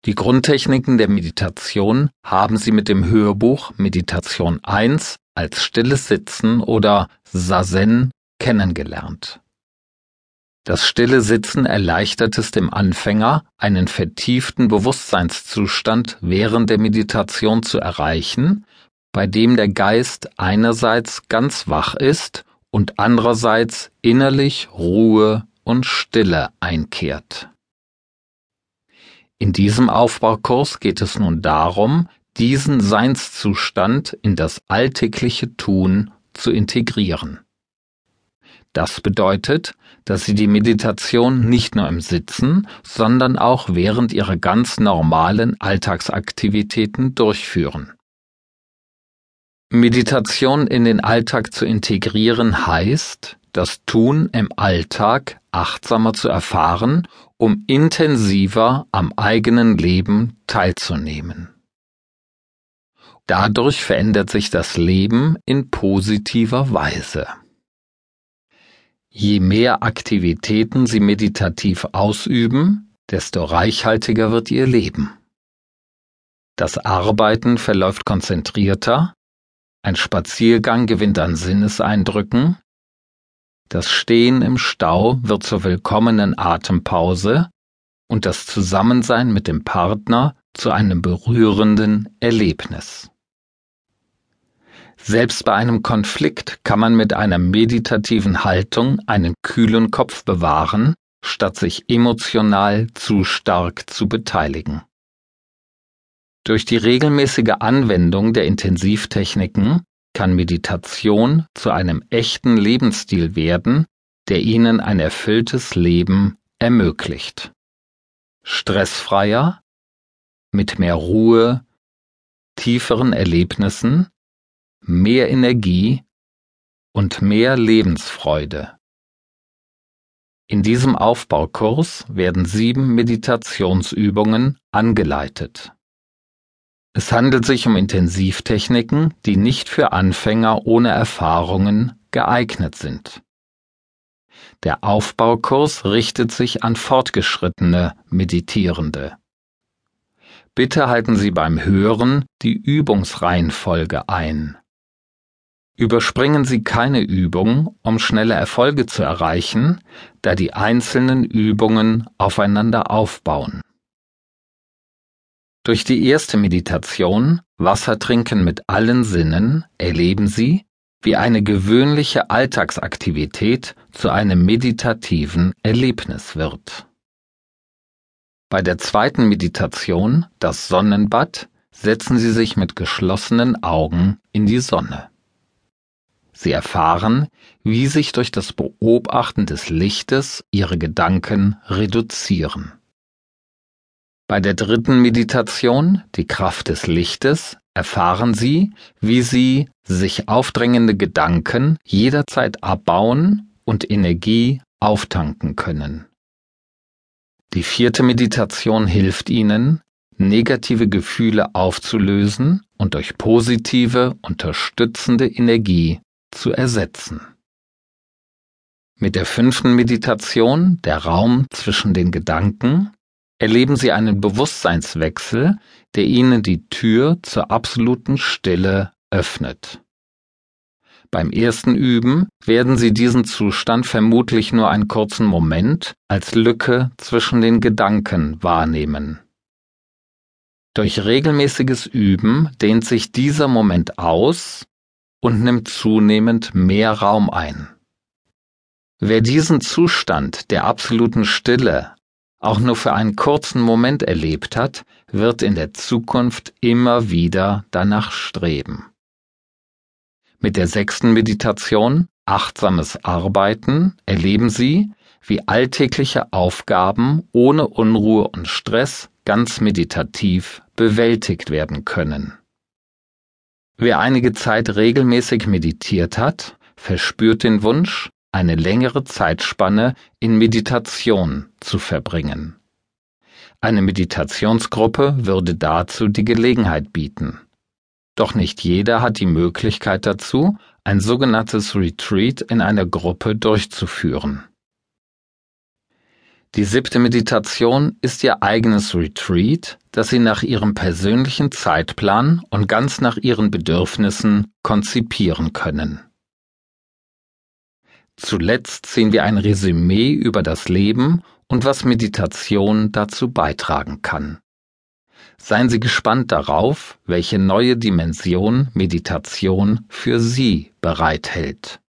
Die Grundtechniken der Meditation haben Sie mit dem Hörbuch Meditation 1 als stilles Sitzen oder Zazen kennengelernt. Das stille Sitzen erleichtert es dem Anfänger, einen vertieften Bewusstseinszustand während der Meditation zu erreichen, bei dem der Geist einerseits ganz wach ist und andererseits innerlich Ruhe und Stille einkehrt. In diesem Aufbaukurs geht es nun darum, diesen Seinszustand in das alltägliche Tun zu integrieren. Das bedeutet, dass Sie die Meditation nicht nur im Sitzen, sondern auch während Ihrer ganz normalen Alltagsaktivitäten durchführen. Meditation in den Alltag zu integrieren heißt, das Tun im Alltag achtsamer zu erfahren, um intensiver am eigenen Leben teilzunehmen. Dadurch verändert sich das Leben in positiver Weise. Je mehr Aktivitäten Sie meditativ ausüben, desto reichhaltiger wird Ihr Leben. Das Arbeiten verläuft konzentrierter, ein Spaziergang gewinnt an Sinneseindrücken, das Stehen im Stau wird zur willkommenen Atempause und das Zusammensein mit dem Partner zu einem berührenden Erlebnis. Selbst bei einem Konflikt kann man mit einer meditativen Haltung einen kühlen Kopf bewahren, statt sich emotional zu stark zu beteiligen. Durch die regelmäßige Anwendung der Intensivtechniken kann Meditation zu einem echten Lebensstil werden, der Ihnen ein erfülltes Leben ermöglicht. Stressfreier, mit mehr Ruhe, tieferen Erlebnissen, mehr Energie und mehr Lebensfreude. In diesem Aufbaukurs werden 7 Meditationsübungen angeleitet. Es handelt sich um Intensivtechniken, die nicht für Anfänger ohne Erfahrungen geeignet sind. Der Aufbaukurs richtet sich an fortgeschrittene Meditierende. Bitte halten Sie beim Hören die Übungsreihenfolge ein. Überspringen Sie keine Übung, um schnelle Erfolge zu erreichen, da die einzelnen Übungen aufeinander aufbauen. Durch die erste Meditation, Wasser trinken mit allen Sinnen, erleben Sie, wie eine gewöhnliche Alltagsaktivität zu einem meditativen Erlebnis wird. Bei der zweiten Meditation, das Sonnenbad, setzen Sie sich mit geschlossenen Augen in die Sonne. Sie erfahren, wie sich durch das Beobachten des Lichtes Ihre Gedanken reduzieren. Bei der dritten Meditation, die Kraft des Lichtes, erfahren Sie, wie Sie sich aufdrängende Gedanken jederzeit abbauen und Energie auftanken können. Die vierte Meditation hilft Ihnen, negative Gefühle aufzulösen und durch positive, unterstützende Energie zu ersetzen. Mit der fünften Meditation, der Raum zwischen den Gedanken, erleben Sie einen Bewusstseinswechsel, der Ihnen die Tür zur absoluten Stille öffnet. Beim ersten Üben werden Sie diesen Zustand vermutlich nur einen kurzen Moment als Lücke zwischen den Gedanken wahrnehmen. Durch regelmäßiges Üben dehnt sich dieser Moment aus und nimmt zunehmend mehr Raum ein. Wer diesen Zustand der absoluten Stille auch nur für einen kurzen Moment erlebt hat, wird in der Zukunft immer wieder danach streben. Mit der sechsten Meditation, achtsames Arbeiten, erleben Sie, wie alltägliche Aufgaben ohne Unruhe und Stress ganz meditativ bewältigt werden können. Wer einige Zeit regelmäßig meditiert hat, verspürt den Wunsch, eine längere Zeitspanne in Meditation zu verbringen. Eine Meditationsgruppe würde dazu die Gelegenheit bieten. Doch nicht jeder hat die Möglichkeit dazu, ein sogenanntes Retreat in einer Gruppe durchzuführen. Die 7. Meditation ist Ihr eigenes Retreat, das Sie nach Ihrem persönlichen Zeitplan und ganz nach Ihren Bedürfnissen konzipieren können. Zuletzt ziehen wir ein Resümee über das Leben und was Meditation dazu beitragen kann. Seien Sie gespannt darauf, welche neue Dimension Meditation für Sie bereithält.